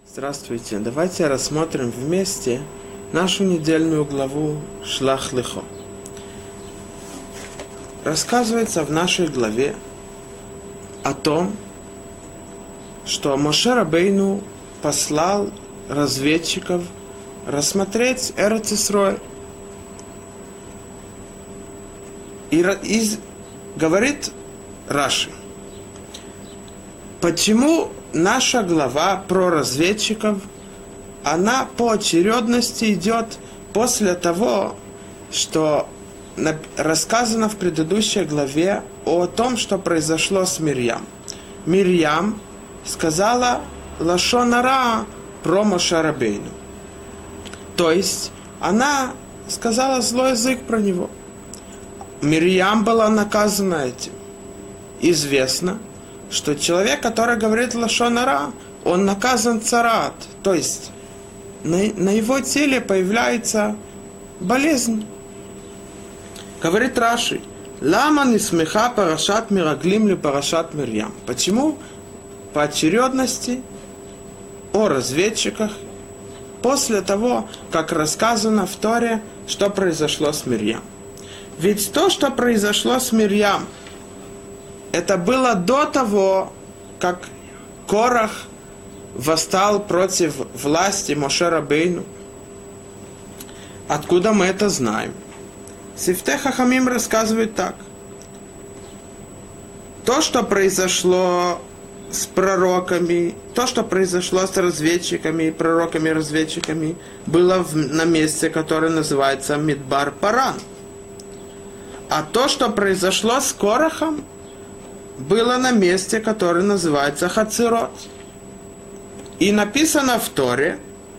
Здравствуйте. Давайте рассмотрим вместе нашу недельную главу Шлах Лехо. Рассказывается в нашей главе о том, что Моше Рабейну послал разведчиков рассмотреть Эрец Исроэль. И говорит Раши, почему наша глава про разведчиков, она по очередности идет после того, что рассказано в предыдущей главе о том, что произошло с Мирьям. Мирьям сказала лашон ара про Моше Рабейну. То есть она сказала злой язык про него. Мирьям была наказана этим. Известно, что человек, который говорит лашон ара, он наказан царат. То есть на его теле появляется болезнь. Говорит Раши, лама нисмеха парашат мираглим ли парашат Мирьям. Почему по очередности о разведчиках после того, как рассказано в Торе, что произошло с Мирьям. Ведь то, что произошло с Мирьям, это было до того, как Корах восстал против власти Моше Рабейну. Откуда мы это знаем? Сифтей Хахамим рассказывает так. То, что произошло с пророками, то, что произошло с разведчиками, пророками-разведчиками, было на месте, которое называется Мидбар Паран. А то, что произошло с Корахом, было на месте, которое называется Хацирот. И написано в Торе: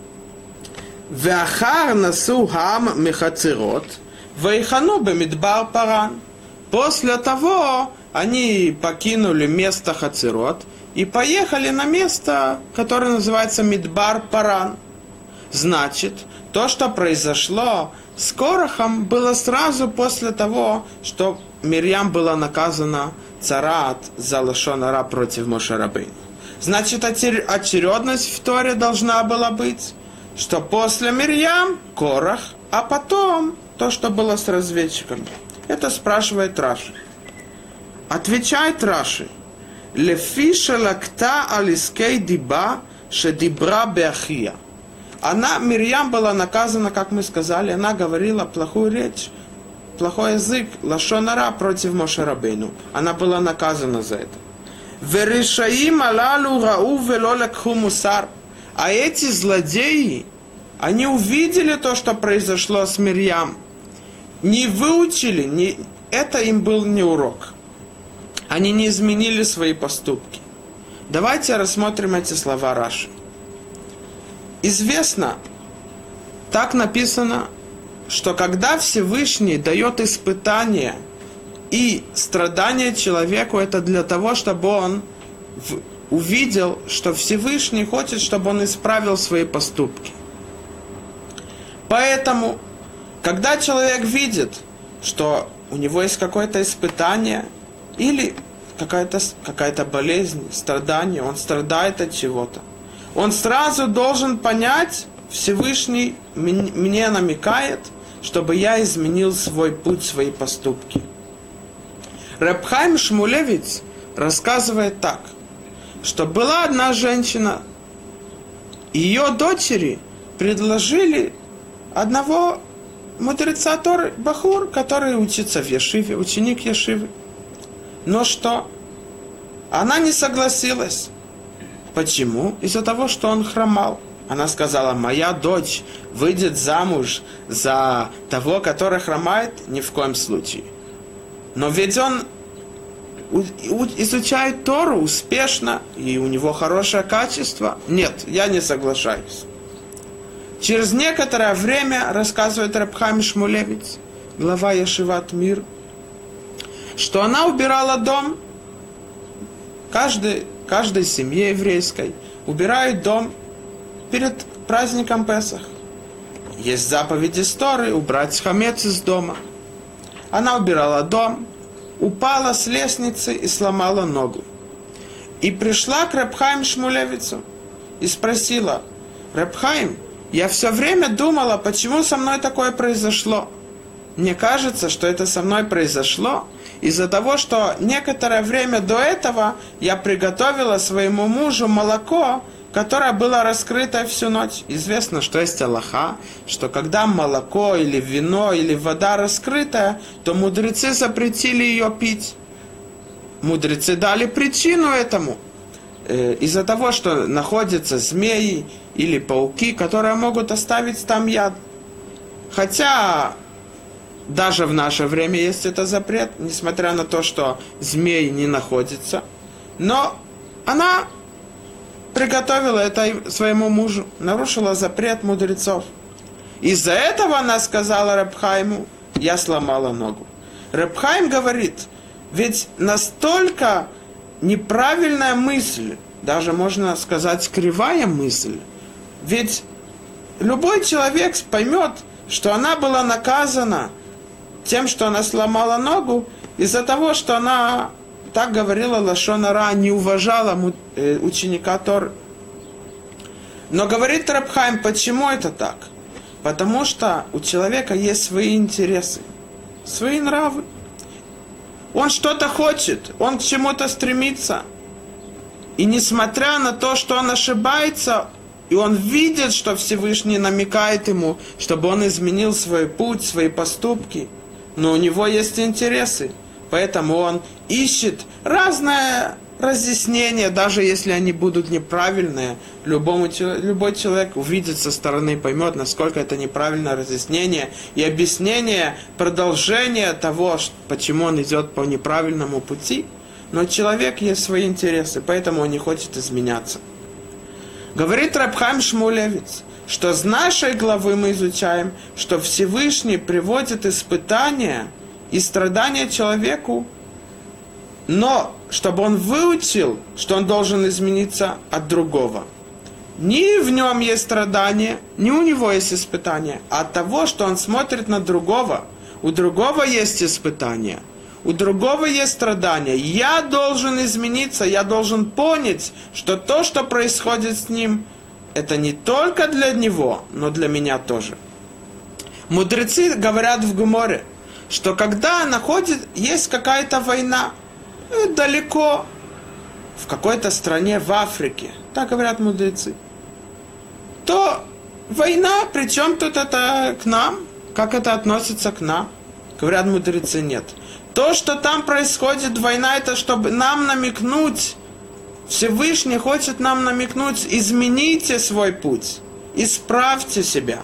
«Веахар насу хам мехацирот, вейхану бемидбар паран». После того они покинули место Хацирот и поехали на место, которое называется Мидбар Паран. Значит, то, что произошло с Корахом, было сразу после того, что Мирьям была наказана царат за лашон ара против Моше Рабейну. Значит, очередность в Торе должна была быть, что после Мирьям Корах, а потом то, что было с разведчиками. Это спрашивает Раши. Отвечает Раши: «Лефи шалакта алискей диба шедибра беахия». Мирьям была наказана, как мы сказали, она говорила плохую речь, плохой язык, лашон ара против Моше Рабейну. Она была наказана за это. «Веришаим алалу рау вело лекху мусар». А эти злодеи, они увидели то, что произошло с Мирьям, не выучили, это им был не урок. Они не изменили свои поступки. Давайте рассмотрим эти слова Раши. Известно, так написано, что когда Всевышний дает испытания и страдания человеку, это для того, чтобы он увидел, что Всевышний хочет, чтобы он исправил свои поступки. Поэтому, когда человек видит, что у него есть какое-то испытание или какая-то болезнь, страдание, он страдает от чего-то, он сразу должен понять, Всевышний мне намекает, чтобы я изменил свой путь, свои поступки. Реб Хаим Шмулевиц рассказывает так, что была одна женщина, ее дочери предложили одного мудреца Торы, бахур, который учится в Ешиве, ученик Ешивы. Но что? Она не согласилась. Почему? Из-за того, что он хромал. Она сказала: моя дочь выйдет замуж за того, который хромает? Ни в коем случае. Но ведь он изучает Тору успешно, и у него хорошее качество. Нет, я не соглашаюсь. Через некоторое время, рассказывает Реб Хаим Шмулевиц, глава Ешиват Мир, что она убирала дом. Каждой семье еврейской убирают дом перед праздником Песах. Есть заповедь из Торы убрать хамец из дома. Она убирала дом, упала с лестницы и сломала ногу. И пришла к Реб Хаим Шмулевицу и спросила: Реб Хаим, я все время думала, почему со мной такое произошло. Мне кажется, что это со мной произошло из-за того, что некоторое время до этого я приготовила своему мужу молоко, которое было раскрыто всю ночь. Известно, что есть алаха, что когда молоко или вино или вода раскрытая, то мудрецы запретили ее пить. Мудрецы дали причину этому. Из-за того, что находятся змеи или пауки, которые могут оставить там яд. Хотя даже в наше время есть это запрет, несмотря на то, что змей не находится. Но она приготовила это своему мужу, нарушила запрет мудрецов. Из-за этого она сказала Реб Хайму: я сломала ногу. Реб Хайм говорит, ведь настолько неправильная мысль, даже можно сказать кривая мысль, ведь любой человек поймет, что она была наказана тем, что она сломала ногу, из-за того, что она так говорила лашон ара, не уважала ученика Торы. Но говорит Реб Хайм, почему это так? Потому что у человека есть свои интересы, свои нравы. Он что-то хочет, он к чему-то стремится. И несмотря на то, что он ошибается, и он видит, что Всевышний намекает ему, чтобы он изменил свой путь, свои поступки, но у него есть интересы. Поэтому он ищет разное разъяснение, даже если они будут неправильные. Любой человек увидит со стороны, поймет, насколько это неправильное разъяснение и объяснение, продолжение того, почему он идет по неправильному пути. Но у человека есть свои интересы, поэтому он не хочет изменяться. Говорит Реб Хаим Шмулевиц, что с нашей главы мы изучаем, что Всевышний приводит испытания и страдания человеку, но чтобы он выучил, что он должен измениться от другого. Не в нем есть страдания, не у него есть испытания, а от того, что он смотрит на другого. У другого есть испытания, у другого есть страдания. Я должен измениться, я должен понять, что то, что происходит с ним, это не только для него, но для меня тоже. Мудрецы говорят в Геморе, что когда есть какая-то война, далеко, в какой-то стране в Африке, так говорят мудрецы, то война, причем тут это к нам, как это относится к нам? Говорят мудрецы, нет. То, что там происходит, война, это чтобы нам намекнуть, Всевышний хочет нам намекнуть, измените свой путь, исправьте себя.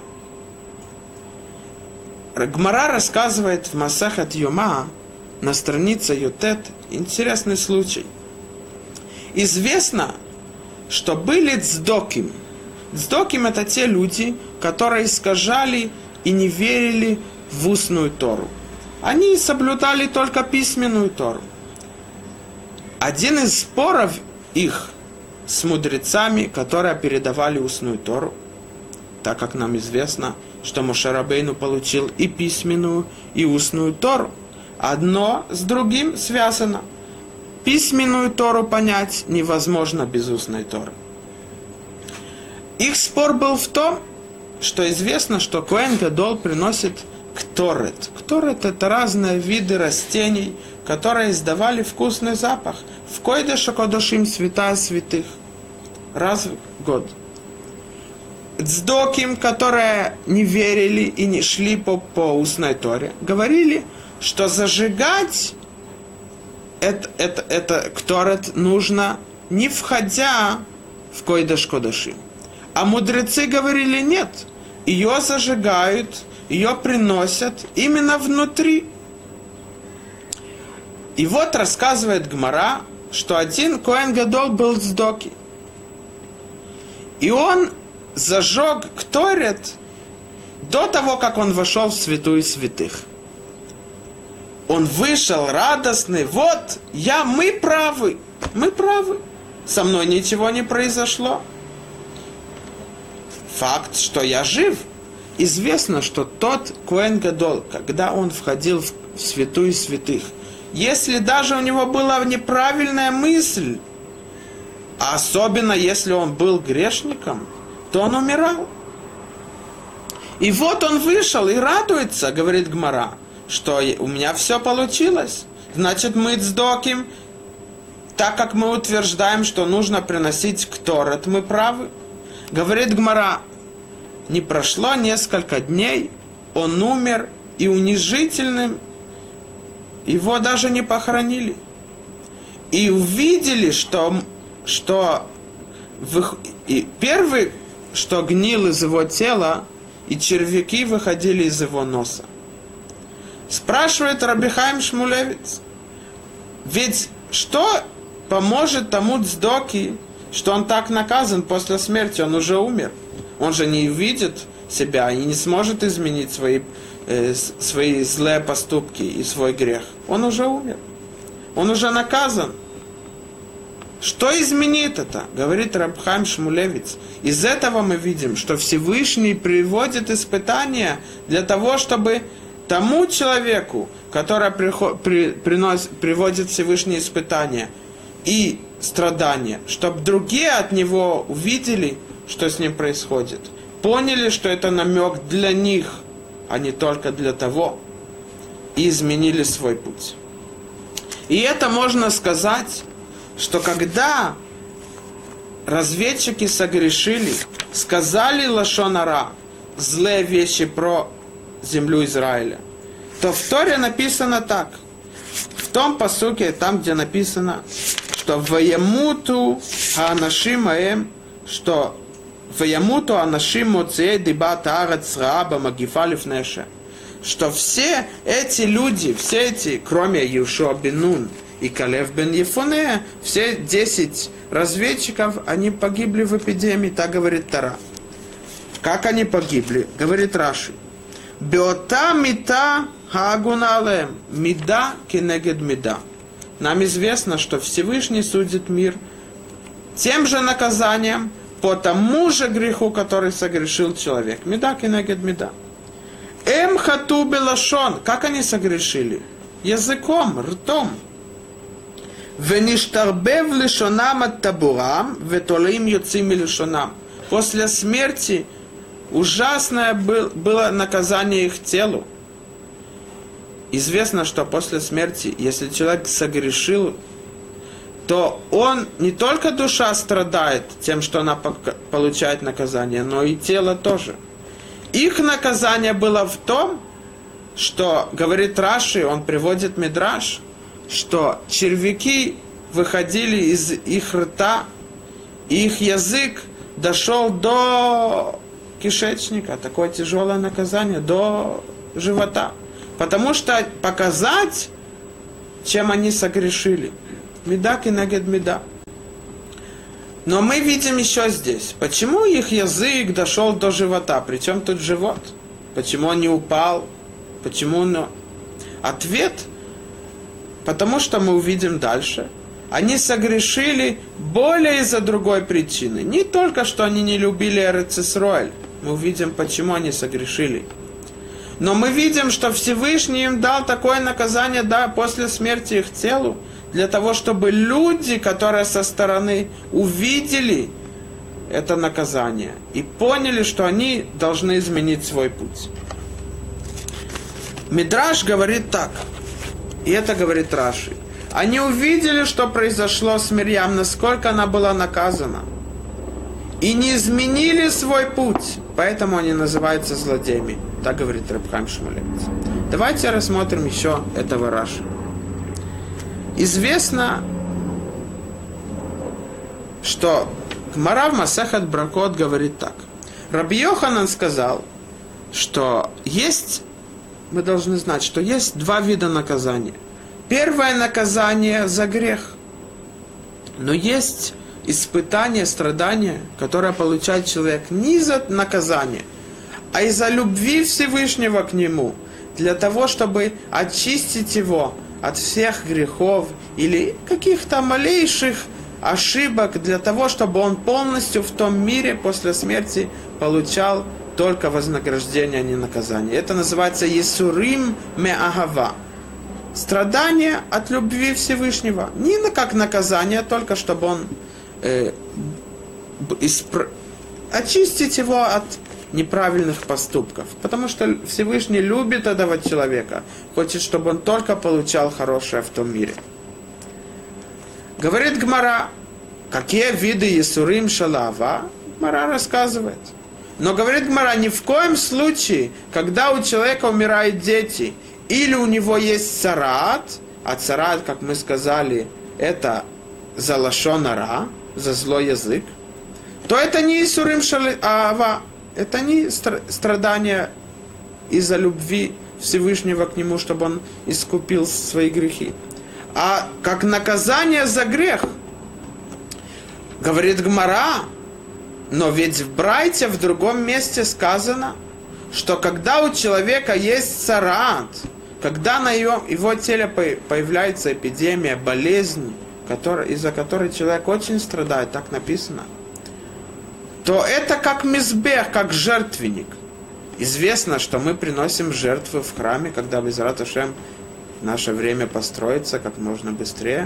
Гмара рассказывает в Масехет Йома, на странице Ютет, интересный случай. Известно, что были цдоким. Цдоким — это те люди, которые искажали и не верили в устную Тору. Они соблюдали только письменную Тору. Один из споров их с мудрецами, которые передавали устную Тору, так как нам известно, что Моше Рабейну получил и письменную, и устную Тору. Одно с другим связано. Письменную Тору понять невозможно без устной Торы. Их спор был в том, что известно, что Коэн Гадол приносит кторет. Кторет — это разные виды растений, которые издавали вкусный запах. В Койдеш Кодошим, святая святых. Раз в год. Цдоким, которые не верили и не шли по устной Торе, говорили, что зажигать это кторет нужно, не входя в Койдеш Кодошим. А мудрецы говорили, нет, ее зажигают, ее приносят именно внутри. И вот рассказывает Гмара, что один Коэн Гадол был цдоки. И он зажег кторет до того, как он вошел в святую святых. Он вышел радостный, вот, мы правы, со мной ничего не произошло. Факт, что я жив. Известно, что тот Коэн Гадол, когда он входил в святую святых, если даже у него была неправильная мысль, А особенно, если он был грешником, то он умирал. И вот он вышел и радуется, говорит Гмара, что у меня все получилось. Значит, мы цдоким, так как мы утверждаем, что нужно приносить кторет, мы правы. Говорит Гмара, не прошло несколько дней, он умер, и унижительным его даже не похоронили. И увидели, и первый, что гнил из его тела, и червяки выходили из его носа. Спрашивает Раби Хаим Шмулевиц, ведь что поможет тому цдоки, что он так наказан после смерти, он уже умер. Он же не видит себя и не сможет изменить свои злые поступки и свой грех. Он уже умер. Он уже наказан. Что изменит это? Говорит Раби Хаим Шмулевиц. Из этого мы видим, что Всевышний приводит испытания для того, чтобы тому человеку, который приводит Всевышние испытания и страдания, чтобы другие от него увидели, что с ним происходит, поняли, что это намек для них, а не только для того, и изменили свой путь. И это можно сказать, что когда разведчики согрешили, сказали лашон ара, злые вещи про землю Израиля, то в Торе написано так. В том пасуке, там, где написано, что «Ваямуту хаанашим аэм», что «Ваямуту анашим моцеей дибат аарец рааба магифа лифнеше», что все эти люди, все эти, кроме Йошуа бен Нун и Калев бен Ефоне, все 10 разведчиков, они погибли в эпидемии, так говорит Тора. Как они погибли? Говорит Раши. Беота мита хаагуналем, мида кенегед мида. Нам известно, что Всевышний судит мир тем же наказанием по тому же греху, который согрешил человек. Мида кенегед мида. Эм хату белашон. Как они согрешили? Языком, ртом. Веништарбев лишонам от табурам, ветолим юцим лишонам. После смерти ужасное было наказание их телу. Известно, что после смерти, если человек согрешил, то он не только душа страдает тем, что она получает наказание, но и тело тоже. Их наказание было в том, что, говорит Раши, он приводит Мидраш, что червяки выходили из их рта, и их язык дошел до кишечника, такое тяжелое наказание, до живота. Потому что показать, чем они согрешили. Меда кенегед меда. Но мы видим еще здесь, почему их язык дошел до живота, причем тут живот? Почему он не упал? Почему он... Ответ, потому что мы увидим дальше. Они согрешили более из-за другой причины. Не только, что они не любили Эрец Исроэль. Мы увидим, почему они согрешили. Но мы видим, что Всевышний им дал такое наказание, да, после смерти их телу, для того, чтобы люди, которые со стороны увидели это наказание и поняли, что они должны изменить свой путь. Мидраш говорит так, и это говорит Раши. Они увидели, что произошло с Мирьям, насколько она была наказана, и не изменили свой путь, поэтому они называются злодеями. Так говорит Раби Хаим Шмулевиц. Давайте рассмотрим еще этого Раши. Известно, что Гмара в Масехет Брахот говорит так. Раби Йоханан сказал, что есть, мы должны знать, что есть два вида наказания. Первое наказание за грех, но есть испытание, страдание, которое получает человек не из-за наказания, а из-за любви Всевышнего к нему, для того, чтобы очистить его от всех грехов или каких-то малейших ошибок, для того, чтобы он полностью в том мире после смерти получал только вознаграждение, а не наказание. Это называется Есурим Меагава. Страдание от любви Всевышнего. Не как наказание, только чтобы он очистить его от неправильных поступков. Потому что Всевышний любит этого человека, хочет, чтобы он только получал хорошее в том мире. Говорит Гмара, какие виды Есурим Шалава, Гмара рассказывает. Но говорит Гмара, ни в коем случае, когда у человека умирают дети, или у него есть царат, а царат, как мы сказали, это за лашон ара, за злой язык, то это не Есурим Шалава, это не страдания из-за любви Всевышнего к нему, чтобы он искупил свои грехи, а как наказание за грех. Говорит Гмара, но ведь в Брайте в другом месте сказано, что когда у человека есть царат, когда на его теле появляется эпидемия, болезнь, из-за которой человек очень страдает, так написано, то это как мизбех, как жертвенник. Известно, что мы приносим жертвы в храме, когда Безрат Ашем в наше время построится как можно быстрее,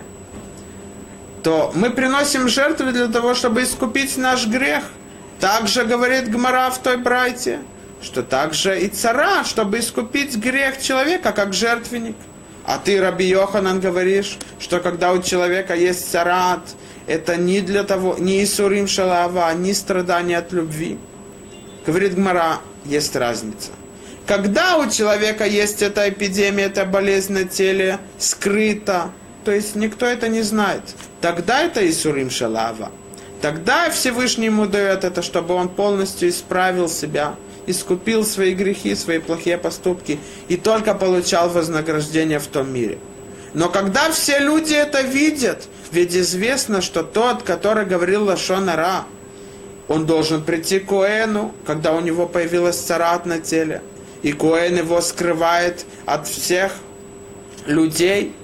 то мы приносим жертвы для того, чтобы искупить наш грех. Также говорит Гмара в той брайте, что также и цара, чтобы искупить грех человека, как жертвенник. А ты, Раби Йоханан, говоришь, что когда у человека есть царат, это не для того, не Исурим Шалава, не страдания от любви. Говорит Гмара, есть разница. Когда у человека есть эта эпидемия, эта болезнь на теле, скрыта, то есть никто это не знает, тогда это Исурим Шалава. Тогда Всевышний ему дает это, чтобы он полностью исправил себя, искупил свои грехи, свои плохие поступки и только получал вознаграждение в том мире. Но когда все люди это видят, ведь известно, что тот, который говорил лашон ара, он должен прийти к Коэну, когда у него появилась царат на теле, и Коэн его скрывает от всех людей,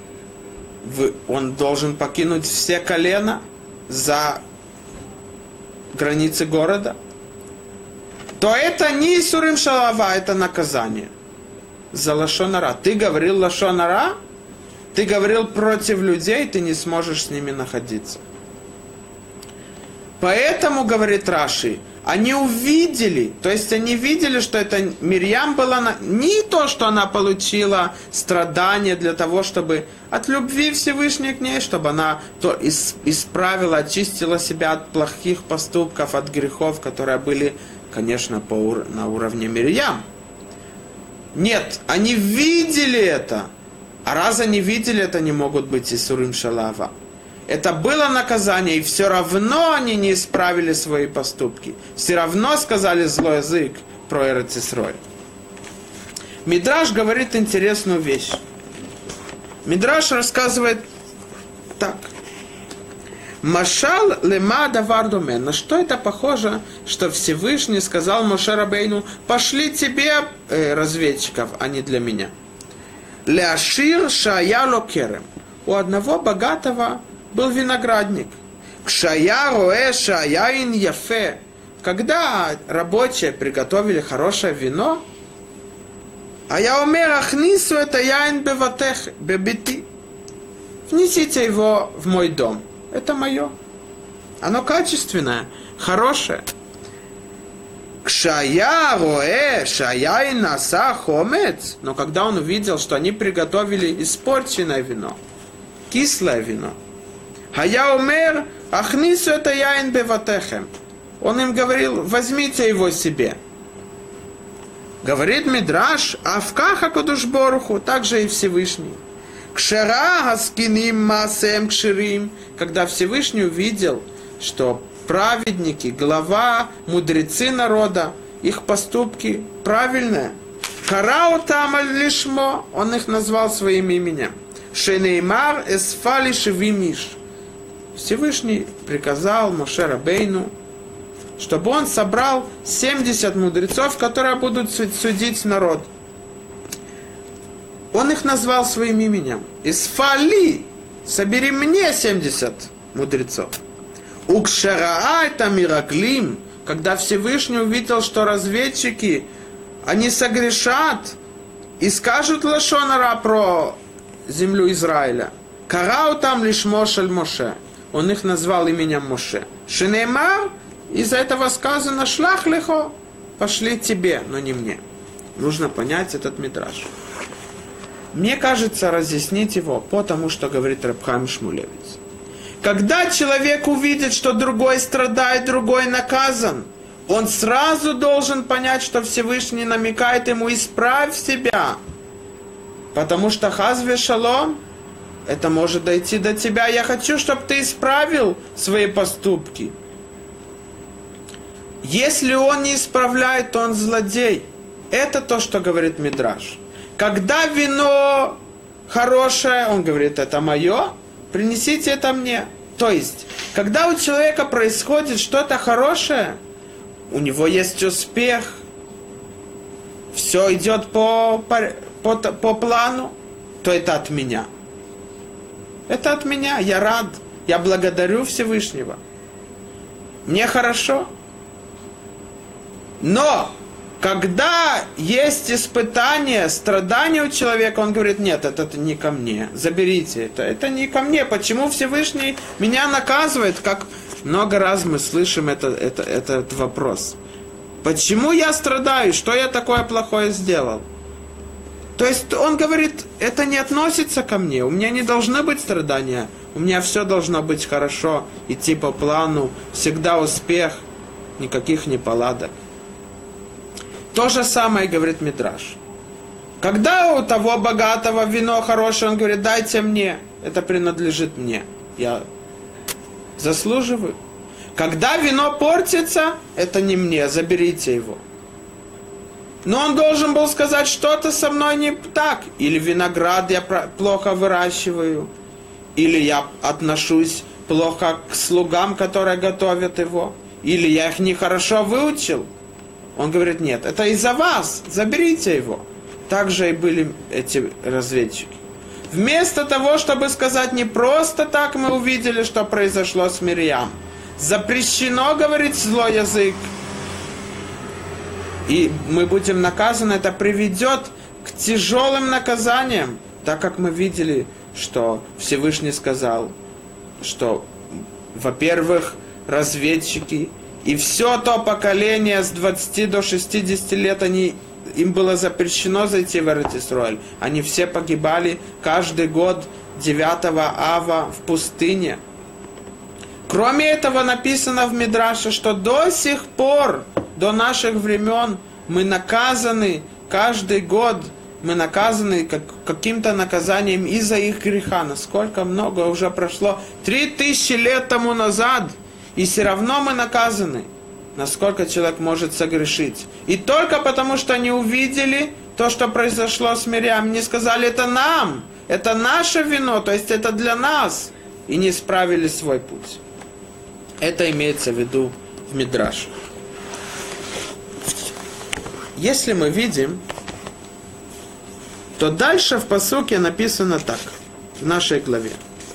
он должен покинуть все колена за границы города, то это не Исурим Шалава, это наказание за лашон ара. Ты говорил лашон ара, ты говорил против людей, ты не сможешь с ними находиться. Поэтому, говорит Раши, они увидели, то есть они видели, что это Мирьям была не то, что она получила страдания для того, чтобы от любви Всевышней к ней, чтобы она то исправила, очистила себя от плохих поступков, от грехов, которые были, конечно, на уровне Мирьям. Нет, они видели это. А раз они видели, это не могут быть Исурим Шалава. Это было наказание, и все равно они не исправили свои поступки. Все равно сказали злой язык про Эрец Исроэль. Мидраш говорит интересную вещь. Мидраш рассказывает так. Машал лема давар домен. На что это похоже, что Всевышний сказал Моше Рабейну: пошли тебе разведчиков, а не для меня. Леашир шая локерем. У одного богатого был виноградник. Кшая роэ шаяин яфе. Когда рабочие приготовили хорошее вино, а я умер ахнису это яин беватех бебити. Внесите его в мой дом. Это мое. Оно качественное, хорошее. Кшая роэ шаяин наса хомец. Но когда он увидел, что они приготовили испорченное вино, кислое вино, а я умер, ахнису это яин беватехем. Он им говорил: возьмите его себе. Говорит Мидраш, авкаха кодуш боруху, также и Всевышний. Кшера хаскиним масем кширим. Когда Всевышний увидел, что праведники, глава, мудрецы народа, их поступки правильные, карау там лишмо, он их назвал своим именем. Шенеймар эсфали шевимиш. Всевышний приказал Моше Рабейну, чтобы он собрал 70 мудрецов, которые будут судить народ. Он их назвал своим именем. Исфали, собери мне 70 мудрецов. Укшараа это мираклим, когда Всевышний увидел, что разведчики, они согрешат и скажут лашон ара про землю Израиля. Карау там лишь Мошель Моше. он их назвал именем Моше. Шинеймар, из-за этого сказано «шлах лехо», пошли тебе, но не мне. Нужно понять этот мидраш. Мне кажется, разъяснить его, потому что говорит Раб Хаим Шмулевиц. Когда человек увидит, что другой страдает, другой наказан, он сразу должен понять, что Всевышний намекает ему: исправь себя. Потому что хазве шалом, это может дойти до тебя. Я хочу, чтобы ты исправил свои поступки. Если он не исправляет, то он злодей. Это то, что говорит Мидраш. Когда вино хорошее, он говорит: это мое, принесите это мне. То есть, когда у человека происходит что-то хорошее, у него есть успех, все идет по плану, то это от меня. Это от меня, я рад, я благодарю Всевышнего. Мне хорошо. Но, когда есть испытания, страдания у человека, он говорит: нет, это не ко мне, заберите это не ко мне. Почему Всевышний меня наказывает? Как много раз мы слышим этот вопрос. Почему я страдаю? Что я такое плохое сделал? То есть он говорит: это не относится ко мне, у меня не должны быть страдания, у меня все должно быть хорошо, идти по плану, всегда успех, никаких неполадок. То же самое говорит Мидраш. Когда у того богатого вино хорошее, он говорит: дайте мне, это принадлежит мне, я заслуживаю. Когда вино портится, это не мне, заберите его. Но он должен был сказать: что-то со мной не так. Или виноград я плохо выращиваю, или я отношусь плохо к слугам, которые готовят его, или я их нехорошо выучил. Он говорит: нет, это из-за вас, заберите его. Так же и были эти разведчики. Вместо того, чтобы сказать: не просто так мы увидели, что произошло с Мирьям. Запрещено говорить злой язык. И мы будем наказаны, это приведет к тяжелым наказаниям. Так как мы видели, что Всевышний сказал, что, во-первых, разведчики и все то поколение с 20 до 60 лет, им было запрещено зайти в Эрец-Исроэль. Они все погибали каждый год 9 ава в пустыне. Кроме этого, написано в Мидраше, что до сих пор, до наших времен, мы наказаны каждый год, мы наказаны каким-то наказанием из-за их греха. Насколько много уже прошло, 3000 лет тому назад, и все равно мы наказаны. Насколько человек может согрешить. И только потому, что они увидели то, что произошло с Мирьям, не сказали: это нам, это наше вино, то есть это для нас, и не исправили свой путь. Это имеется в виду в Мидраше. Если мы видим, то дальше в пасуке написано так, в нашей главе,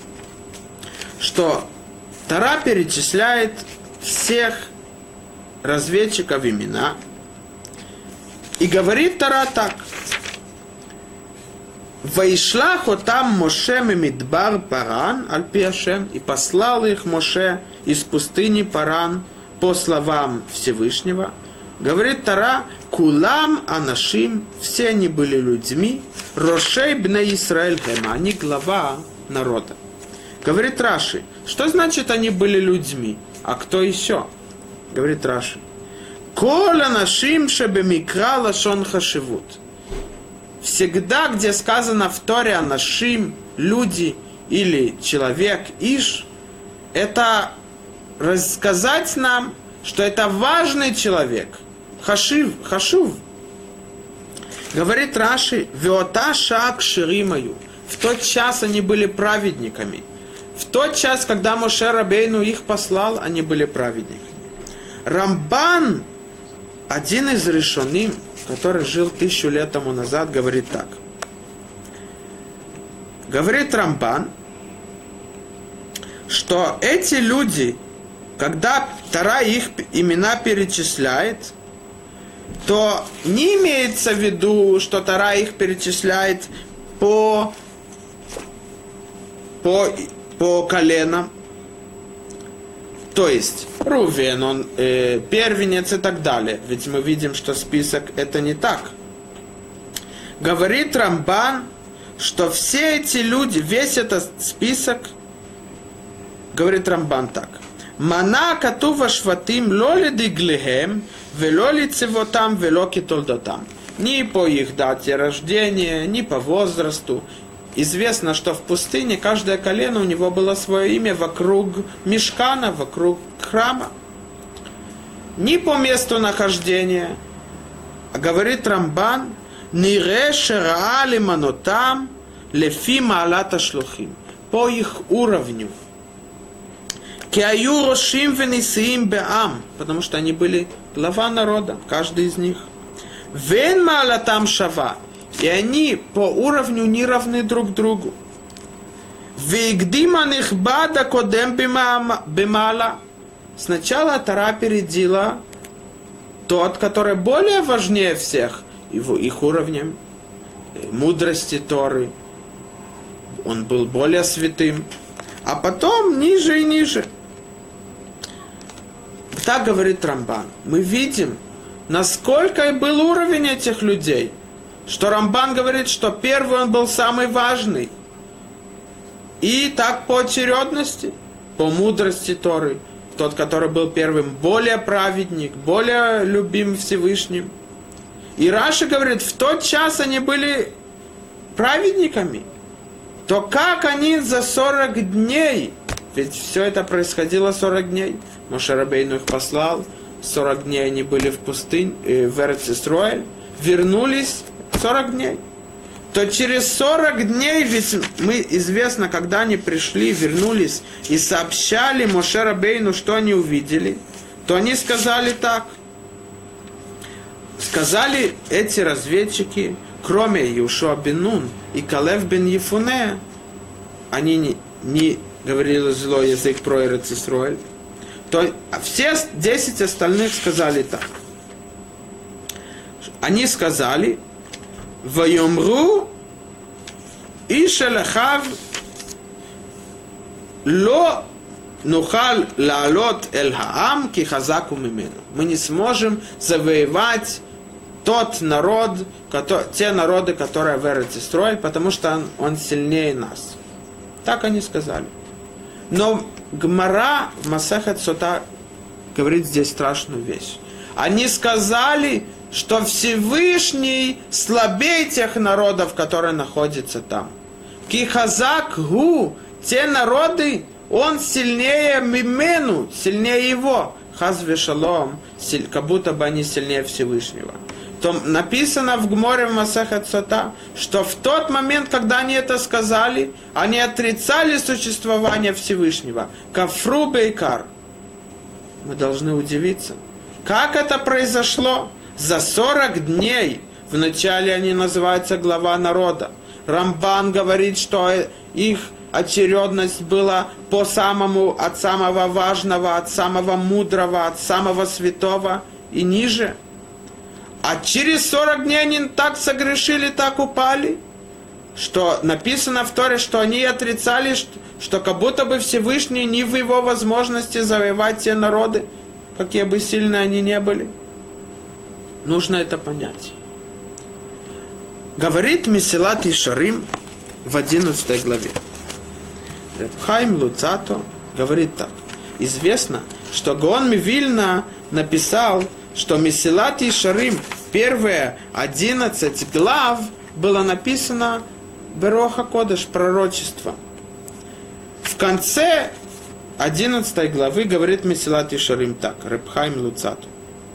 что Тора перечисляет всех разведчиков имена, и говорит Тора так: «Ваишлах отам Моше мемидбар Паран аль-пи Ашем», и послал их Моше из пустыни Паран по словам Всевышнего. Говорит Тора: «Кулам анашим», все они были людьми, «Рошей бней Исраэль хем», они глава народа. Говорит Раши: что значит они были людьми? А кто еще? Говорит Раши: «Кол анашим шебемикра лашон хашивут». Всегда, где сказано в Торе анашим, люди или человек, иш, это рассказать нам, что это важный человек. Хашув. Говорит Раши: «Веота шак ширимаю». В тот час они были праведниками. В тот час, когда Моше Рабейну их послал, они были праведниками. Рамбан, один из решоним, который жил 1000 лет тому назад, говорит так. Говорит Рамбан, что эти люди, когда Тора их имена перечисляет, то не имеется в виду, что Тора их перечисляет по коленам, То есть Рувен, он первенец и так далее. Ведь мы видим, что список это не так. Говорит Рамбан, что все эти люди, весь этот список, говорит Рамбан так. Мана катува шватим лоли диглихем, велоли цивотам, велоки толдотам. Ни по их дате рождения, ни по возрасту. Известно, что в пустыне каждое колено у него было свое имя вокруг мишкана, вокруг храма. Ни по месту нахождения. Говорит Рамбан, нире шераали манотам лефи маалата шлухим. По их уровню. Кеаю рошим венисиим беам. Потому что они были глава народа, каждый из них. Вен маалатам шава. И они по уровню не равны друг другу. Вигдима нихбада кодем бемала. Сначала Тора опередила тот, который более важнее всех, их уровнем, мудрости Торы. Он был более святым. А потом ниже и ниже. Так говорит Рамбан. Мы видим, насколько был уровень этих людей. Что Рамбан говорит, что первый он был самый важный. И так по очередности, по мудрости Торы. Тот, который был первым, более праведник, более любим Всевышним. И Раши говорит, в тот час они были праведниками. То как они за 40 дней, ведь все это происходило 40 дней. Моше Рабейну их послал, 40 дней они были в пустыне, в Эрец-Исроэль, вернулись 40 дней. То через 40 дней, ведь мы известно, когда они пришли, вернулись и сообщали Моше Рабейну, что они увидели, то они сказали так. Сказали эти разведчики, кроме Иешуа бен Нун и Калев бен Ефуне, они не говорили злой язык про Эрец-Исроэль, то все 10 остальных сказали так. Они сказали, «Вайомру ишелахав ло нухал лаалот эль хаам ки хазаку мимену». Мы не сможем завоевать тот народ, те народы, которые в Эрец-Исроэль, потому что он сильнее нас. Так они сказали. Но Гмара в Масехет Сота говорит здесь страшную вещь. Они сказали, что Всевышний слабее тех народов, которые находятся там. Кихазак гу, те народы, он сильнее мимену, сильнее его. Хазве шалом, как будто бы они сильнее Всевышнего. То написано в Гморе в Масехет Сота, что в тот момент, когда они это сказали, они отрицали существование Всевышнего. Кафру бейкар. Мы должны удивиться. Как это произошло? За 40 дней, вначале они называются глава народа. Рамбан говорит, что их очередность была от самого важного, от самого мудрого, от самого святого и ниже. А через 40 дней они так согрешили, так упали, что написано в Торе, что они отрицали, что как будто бы Всевышний не в его возможности завоевать те народы, какие бы сильные они не были. Нужно это понять. Говорит Месилат Ешарим в 11 главе. Реб Хаим Луцато говорит так. Известно, что Гаон Мивильна написал, что Месилат Ешарим, первые 11 глав, было написано Бероха Кодеш, пророчество. В конце 11 главы говорит Месилат Ешарим так, Реб Хаим Луцато.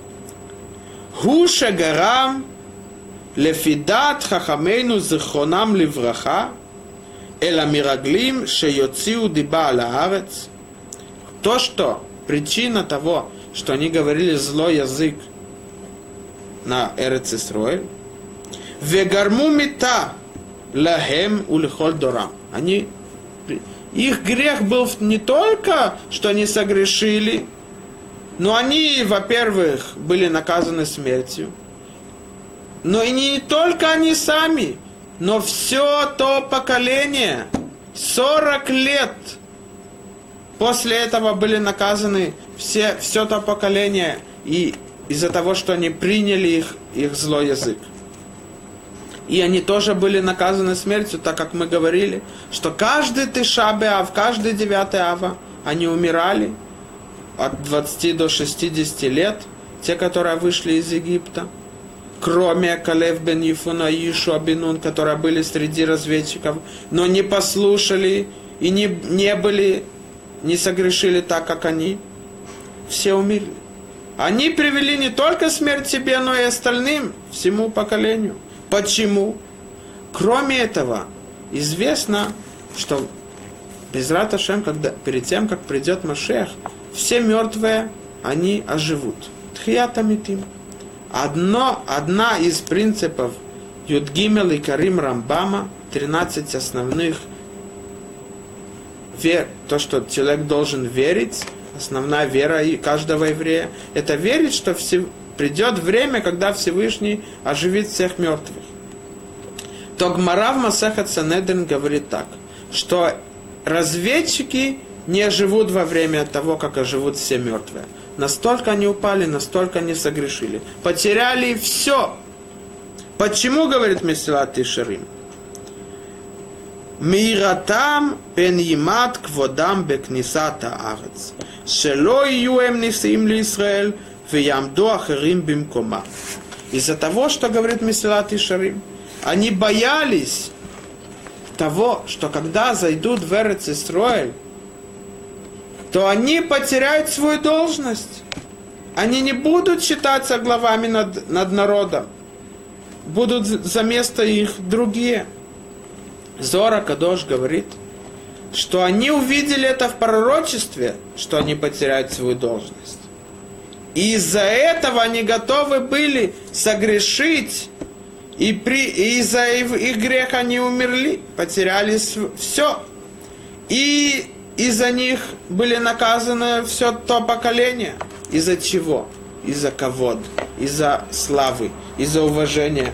Хуша гарам лефидат хахамейну зихронам ливраха эла мираглим шеёциу диба алаарец. То, что причина того, что они говорили злой язык на Эрец-Исроэль, вегарму мита лахем улихоль дорам. Их грех был не только, что они согрешили, но они, во-первых, были наказаны смертью. Но и не только они сами, но все то поколение, 40 лет После этого были наказаны все то поколение, и из-за того, что они приняли их злой язык. И они тоже были наказаны смертью, так как мы говорили, что каждый Тиша б'Ав, каждый 9 ава, они умирали от 20 до 60 лет, те, которые вышли из Египта, кроме Калев бен Ефуна и Иешуа бен Нун, которые были среди разведчиков, но не послушали и не согрешили так, как они, все умерли. Они привели не только смерть себе, но и остальным, всему поколению. Почему? Кроме этого, известно, что Безрат Ашем, перед тем, как придет Машиах, все мертвые, они оживут. Тхият амитим. Одна из принципов Юдгимел и Карим Рамбама, 13 основных то, что человек должен верить, основная вера каждого еврея, это верить, что придет время, когда Всевышний оживит всех мертвых. То Гмара в Масехет Санедрин говорит так, что разведчики не живут во время того, как оживут все мертвые. Настолько они упали, настолько они согрешили. Потеряли все. Почему, говорит Месилат Ишарим? Миратам пен ямат кводам бекнисата арец. Шело ию эм нисим ли Исраэль, веямду ахерим бимкома. Из-за того, что говорит Месилат Ишарим, они боялись того, что когда зайдут в Эрец Исраэль, то они потеряют свою должность. Они не будут считаться главами над народом. Будут за место их другие. Зоар ха-Кадош говорит, что они увидели это в пророчестве, что они потеряют свою должность. И из-за этого они готовы были согрешить, и из-за их греха они умерли, потеряли все. И из-за них были наказаны все то поколение. Из-за чего? Из-за кавод, из-за славы, из-за уважения.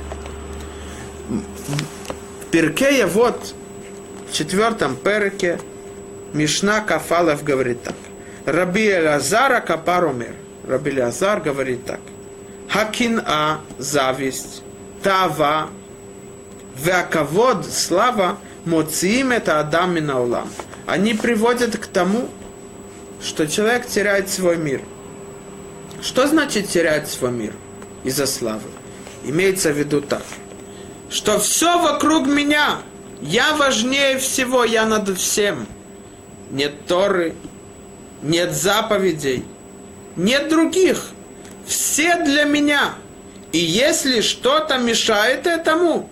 В Перке вот в 4 перке Мишна Кафалев говорит так. Раби Элазар Капар умер. Раби Элазар говорит так. Хакин-а, зависть, тава, веакавод, слава, моциим это адам минаулам. Они приводят к тому, что человек теряет свой мир. Что значит терять свой мир из-за славы? Имеется в виду так, что все вокруг меня, я важнее всего, я над всем. Нет Торы, нет заповедей, нет других. Все для меня. И если что-то мешает этому,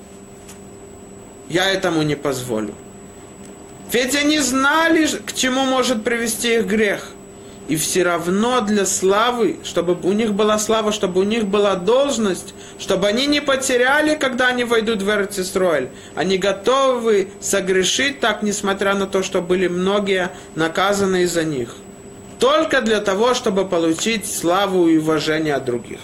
я этому не позволю. Ведь они знали, к чему может привести их грех. И все равно для славы, чтобы у них была слава, чтобы у них была должность, чтобы они не потеряли, когда они войдут в Эрец Исраэль. Они готовы согрешить так, несмотря на то, что были многие наказаны из-за них. Только для того, чтобы получить славу и уважение от других.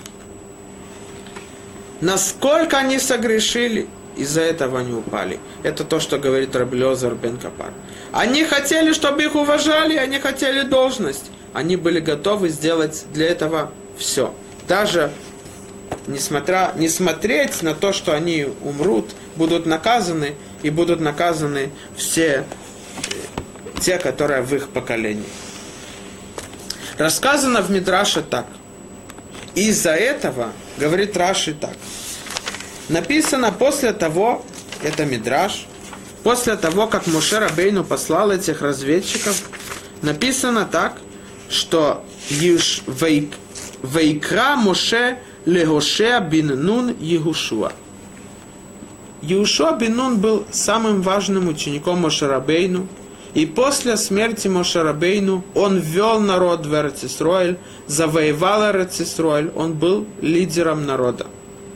Насколько они согрешили, из-за этого они упали. Это то, что говорит Раби Элиэзер бен Капар. Они хотели, чтобы их уважали, они хотели должность. Они были готовы сделать для этого все. Даже не смотреть на то, что они умрут, будут наказаны, и будут наказаны все те, которые в их поколении. Рассказано в Мидраше так. Из-за этого, говорит Раши так. Написано после того, это Мидраш, после того, как Моше Рабейну послал этих разведчиков, написано так, что «Вейкра Моше легошеа бин Нун Егушуа». Егушуа бин Нун был самым важным учеником Моше Рабейну, и после смерти Моше Рабейну он ввел народ в Эрец Исраэль, завоевал Эрец Исраэль, он был лидером народа.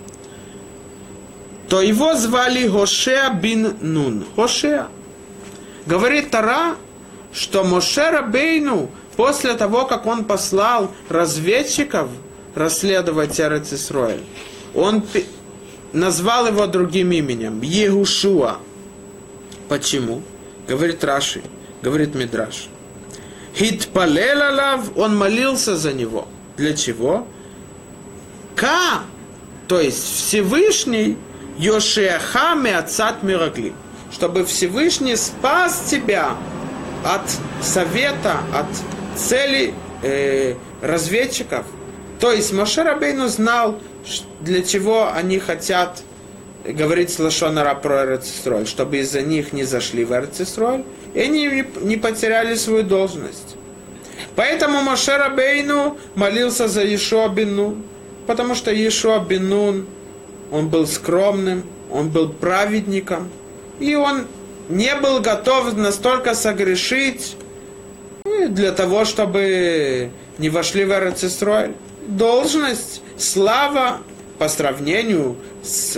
То его звали Хошеа бин Нун. Хошеа. Говорит Тора, что Моше Рабейну, после того, как он послал разведчиков расследовать Эрец Исраэль, он назвал его другим именем, Егушуа. Почему? Говорит Раши, говорит Мидраш. Хитпалел алав, он молился за него. Для чего? Ка, то есть Всевышний, Йошеаха меацат мирагли, чтобы Всевышний спас тебя от совета, от цели разведчиков. То есть Моше Рабейну знал, для чего они хотят говорить лашон ара про Эрец Исроэль, чтобы из-за них не зашли в Эрец Исроэль, и они не потеряли свою должность. Поэтому Моше Рабейну молился за Йешуа бен Нун, потому что Йешуа бен Нун, он был скромным, он был праведником, и он не был готов настолько согрешить для того, чтобы не вошли в Эрец Исроэль. Должность, слава по сравнению с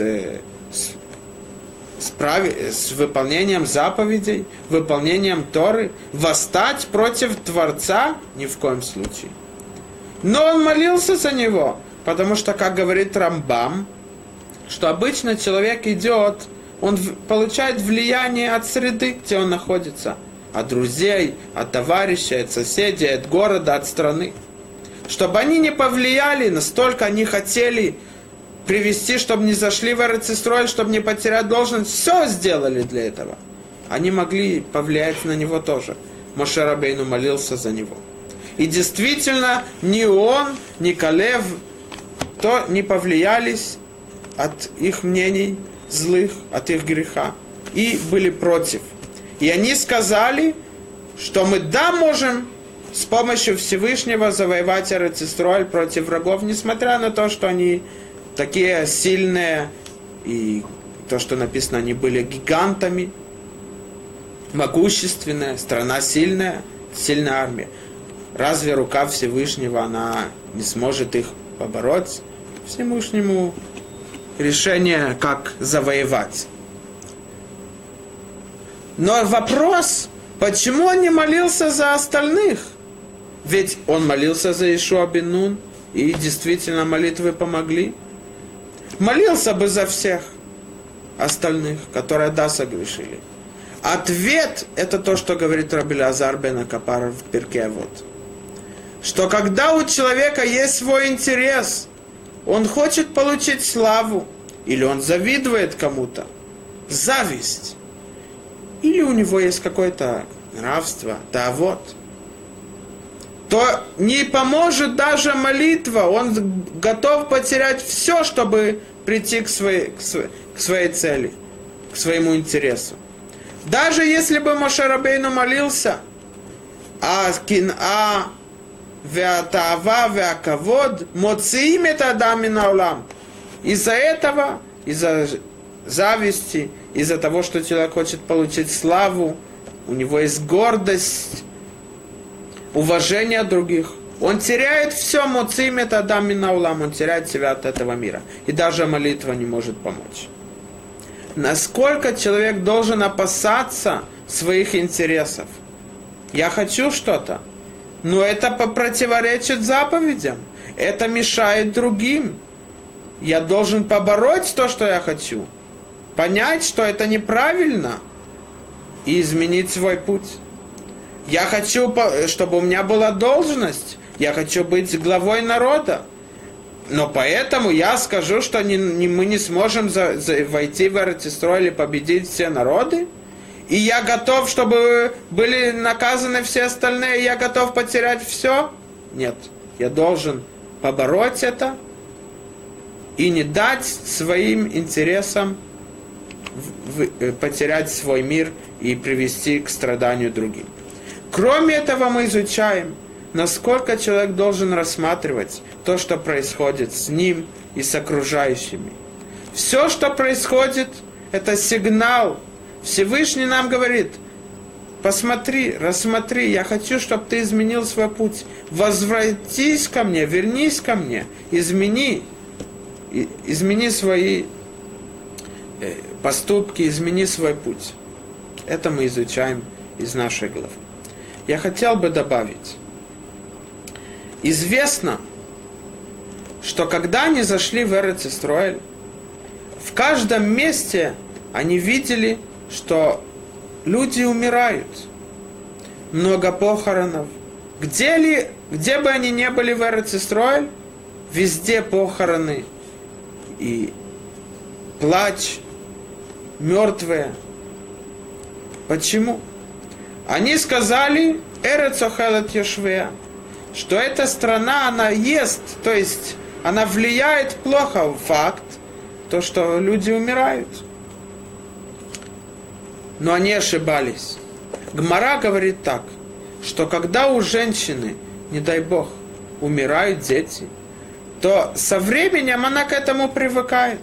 выполнением заповедей, выполнением Торы, восстать против Творца ни в коем случае. Но он молился за него, потому что, как говорит Рамбам, что обычно человек идет, он получает влияние от среды, где он находится, от друзей, от товарищей, от соседей, от города, от страны. Чтобы они не повлияли, настолько они хотели привести, чтобы не зашли в Эрец Исроэль, чтобы не потерять должность, все сделали для этого. Они могли повлиять на него тоже. Моше Рабейну молился за него. И действительно, ни он, ни Калев, то не повлиялись от их мнений злых, от их греха. И были против. И они сказали, что мы можем с помощью Всевышнего завоевать Эрец Исроэль против врагов, несмотря на то, что они такие сильные, и то, что написано, они были гигантами, могущественная, страна сильная, сильная армия. Разве рука Всевышнего, она не сможет их побороть? Всевышнему решение, как завоевать. Но вопрос, почему он не молился за остальных? Ведь он молился за Йешуа бен Нун, и действительно молитвы помогли. Молился бы за всех остальных, которые согрешили. Ответ – это то, что говорит Раби Элиазар бен Акапар в Пиркей Авот. Что когда у человека есть свой интерес, он хочет получить славу, или он завидует кому-то, зависть, или у него есть какое-то нравство, тавот, то не поможет даже молитва, он готов потерять все, чтобы прийти к своей цели, к своему интересу. Даже если бы Моше Рабейну молился, кина, веатава, веакавод, моциим это адам мин хаолам. Из-за этого, из-за зависти, из-за того, что человек хочет получить славу, у него есть гордость, уважение других. Он теряет все, моциим это адам мин хаолам, он теряет себя от этого мира. И даже молитва не может помочь. Насколько человек должен опасаться своих интересов? Я хочу что-то, но это противоречит заповедям. Это мешает другим. Я должен побороть то, что я хочу. Понять, что это неправильно. И изменить свой путь. Я хочу, чтобы у меня была должность. Я хочу быть главой народа. Но поэтому я скажу, что мы не сможем войти в Эрец Исроэль и победить все народы. И я готов, чтобы были наказаны все остальные, я готов потерять все? Нет. Я должен побороть это и не дать своим интересам потерять свой мир и привести к страданию другим. Кроме этого мы изучаем, насколько человек должен рассматривать то, что происходит с ним и с окружающими. Все, что происходит, это сигнал. Всевышний нам говорит: посмотри, рассмотри, я хочу, чтобы ты изменил свой путь. Возвратись ко мне, вернись ко мне, измени свои поступки, измени свой путь. Это мы изучаем из нашей главы. Я хотел бы добавить. Известно, что когда они зашли в Эрец Исроэль, в каждом месте они видели, что люди умирают. Много похоронов, где бы они ни были в Эрец-Исроэль, везде похороны и плач, мертвые. Почему? Они сказали, Эрец охелет Йошвея, что эта страна, она ест, то есть она влияет плохо в факт, то, что люди умирают. Но они ошибались. Гмара говорит так, что когда у женщины, не дай бог, умирают дети, то со временем она к этому привыкает.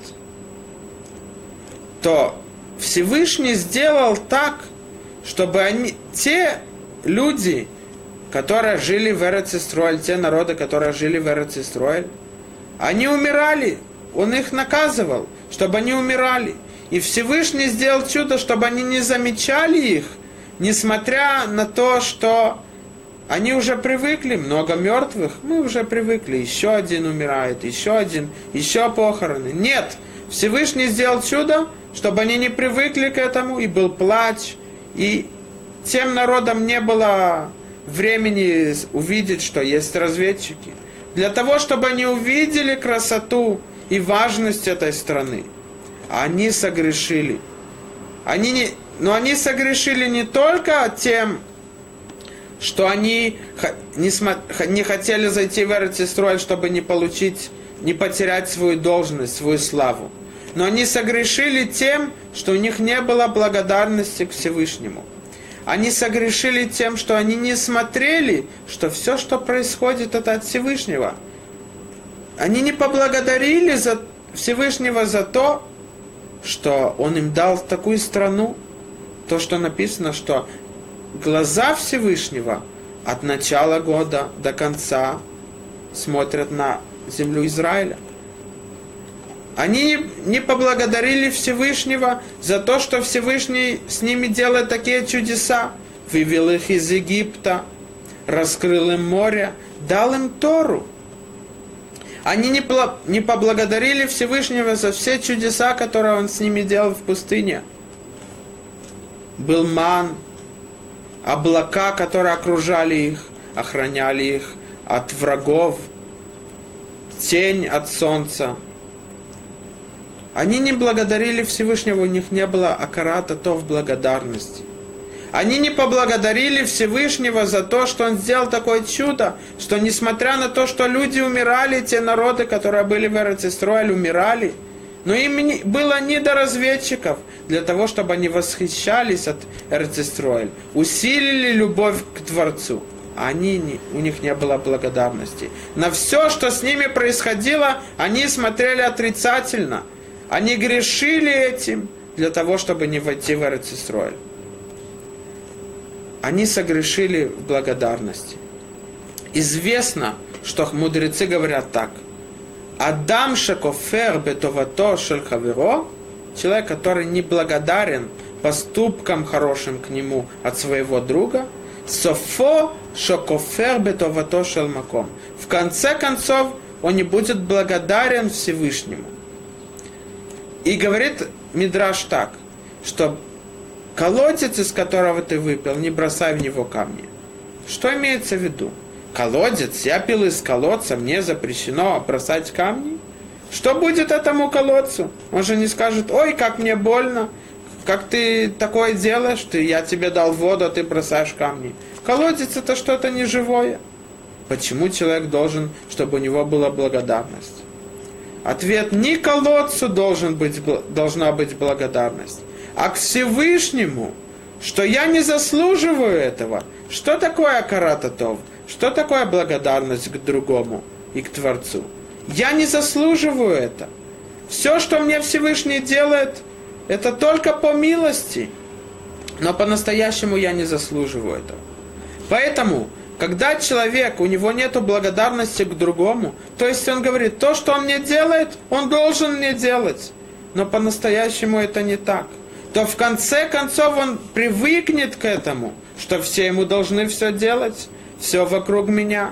То Всевышний сделал так, чтобы те люди, которые жили в Эрец-Исроэль, те народы, которые жили в Эрец-Исроэль, они умирали, он их наказывал, чтобы они умирали. И Всевышний сделал чудо, чтобы они не замечали их, несмотря на то, что они уже привыкли, много мертвых, мы уже привыкли, еще один умирает, еще один, еще похороны. Нет, Всевышний сделал чудо, чтобы они не привыкли к этому, и был плач, и тем народам не было времени увидеть, что есть разведчики. Для того, чтобы они увидели красоту и важность этой страны. Они согрешили. Но они согрешили не только тем, что они не хотели зайти в Эрец-Исроэль, чтобы не потерять свою должность, свою славу. Но они согрешили тем, что у них не было благодарности к Всевышнему. Они согрешили тем, что они не смотрели, что все, что происходит, это от Всевышнего. Они не поблагодарили Всевышнего за то, что Он им дал такую страну. То, что написано, что глаза Всевышнего от начала года до конца смотрят на землю Израиля. Они не поблагодарили Всевышнего за то, что Всевышний с ними делает такие чудеса. Вывел их из Египта, раскрыл им море, дал им Тору. Они не поблагодарили Всевышнего за все чудеса, которые Он с ними делал в пустыне. Был ман, облака, которые окружали их, охраняли их от врагов, тень от солнца. Они не благодарили Всевышнего, у них не было акарата, то в благодарности. Они не поблагодарили Всевышнего за то, что Он сделал такое чудо, что несмотря на то, что люди умирали, те народы, которые были в Эрец-Исроэль, умирали, но им было не до разведчиков, для того, чтобы они восхищались от Эрец-Исроэль, усилили любовь к Творцу. А у них не было благодарности. На все, что с ними происходило, они смотрели отрицательно. Они грешили этим для того, чтобы не войти в Эрец-Исроэль. Они согрешили в благодарности. Известно, что мудрецы говорят так. Адам шекофер бетовато шель хаверо, человек, который не благодарен поступкам хорошим к нему от своего друга, софо шекофер бетовато шель маком. В конце концов, он не будет благодарен Всевышнему. И говорит Мидраш так, что колодец, из которого ты выпил, не бросай в него камни. Что имеется в виду? Колодец, я пил из колодца, мне запрещено бросать камни? Что будет этому колодцу? Он же не скажет, ой, как мне больно, как ты такое делаешь, я тебе дал воду, а ты бросаешь камни. Колодец это что-то неживое. Почему человек должен, чтобы у него была благодарность? Ответ, не колодцу должна быть благодарность, а к Всевышнему, что я не заслуживаю этого. Что такое акарата тов? Что такое благодарность к другому и к Творцу? Я не заслуживаю это. Все, что мне Всевышний делает, это только по милости. Но по-настоящему я не заслуживаю этого. Поэтому, когда человек, у него нет благодарности к другому, то есть он говорит, то, что он мне делает, он должен мне делать. Но по-настоящему это не так. То в конце концов он привыкнет к этому, что все ему должны все делать, все вокруг меня.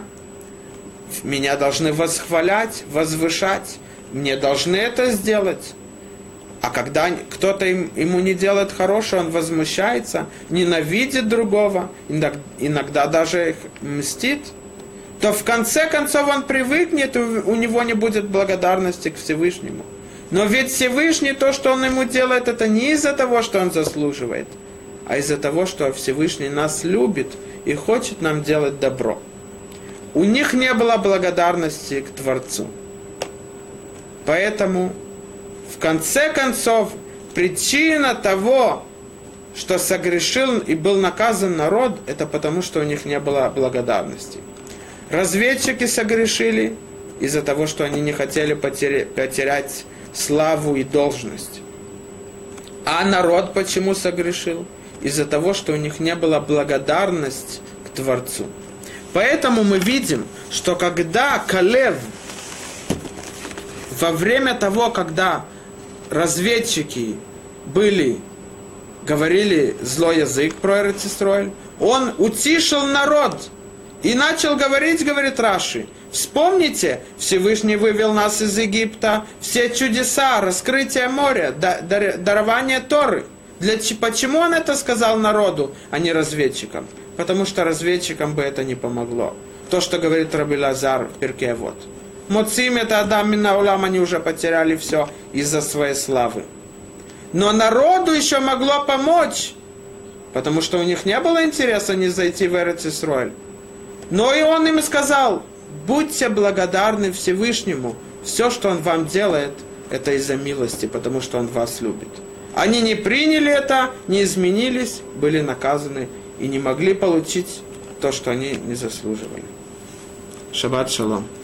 Меня должны восхвалять, возвышать. Мне должны это сделать. А когда кто-то ему не делает хорошее, он возмущается, ненавидит другого, иногда даже мстит, то в конце концов он привыкнет, и у него не будет благодарности к Всевышнему. Но ведь Всевышний, то, что он ему делает, это не из-за того, что он заслуживает, а из-за того, что Всевышний нас любит и хочет нам делать добро. У них не было благодарности к Творцу. Поэтому, в конце концов, причина того, что согрешил и был наказан народ, это потому, что у них не было благодарности. Разведчики согрешили из-за того, что они не хотели потерять славу и должность. А народ почему согрешил? Из-за того, что у них не было благодарности к Творцу. Поэтому мы видим, что когда Калев, во время того, когда разведчики говорили злой язык про Эрец-Исроэль, он утишил народ и начал говорить, говорит Раши, вспомните, Всевышний вывел нас из Египта, все чудеса, раскрытие моря, дарование Торы. Почему он это сказал народу, а не разведчикам? Потому что разведчикам бы это не помогло. То, что говорит Раби Лазар в Перке вот. Моцим это Адам мина улам, они уже потеряли все из-за своей славы. Но народу еще могло помочь, потому что у них не было интереса не зайти в Эрец-Исроэль. Но и он им сказал, будьте благодарны Всевышнему, все, что он вам делает, это из-за милости, потому что он вас любит. Они не приняли это, не изменились, были наказаны и не могли получить то, что они не заслуживали. Шаббат шалом.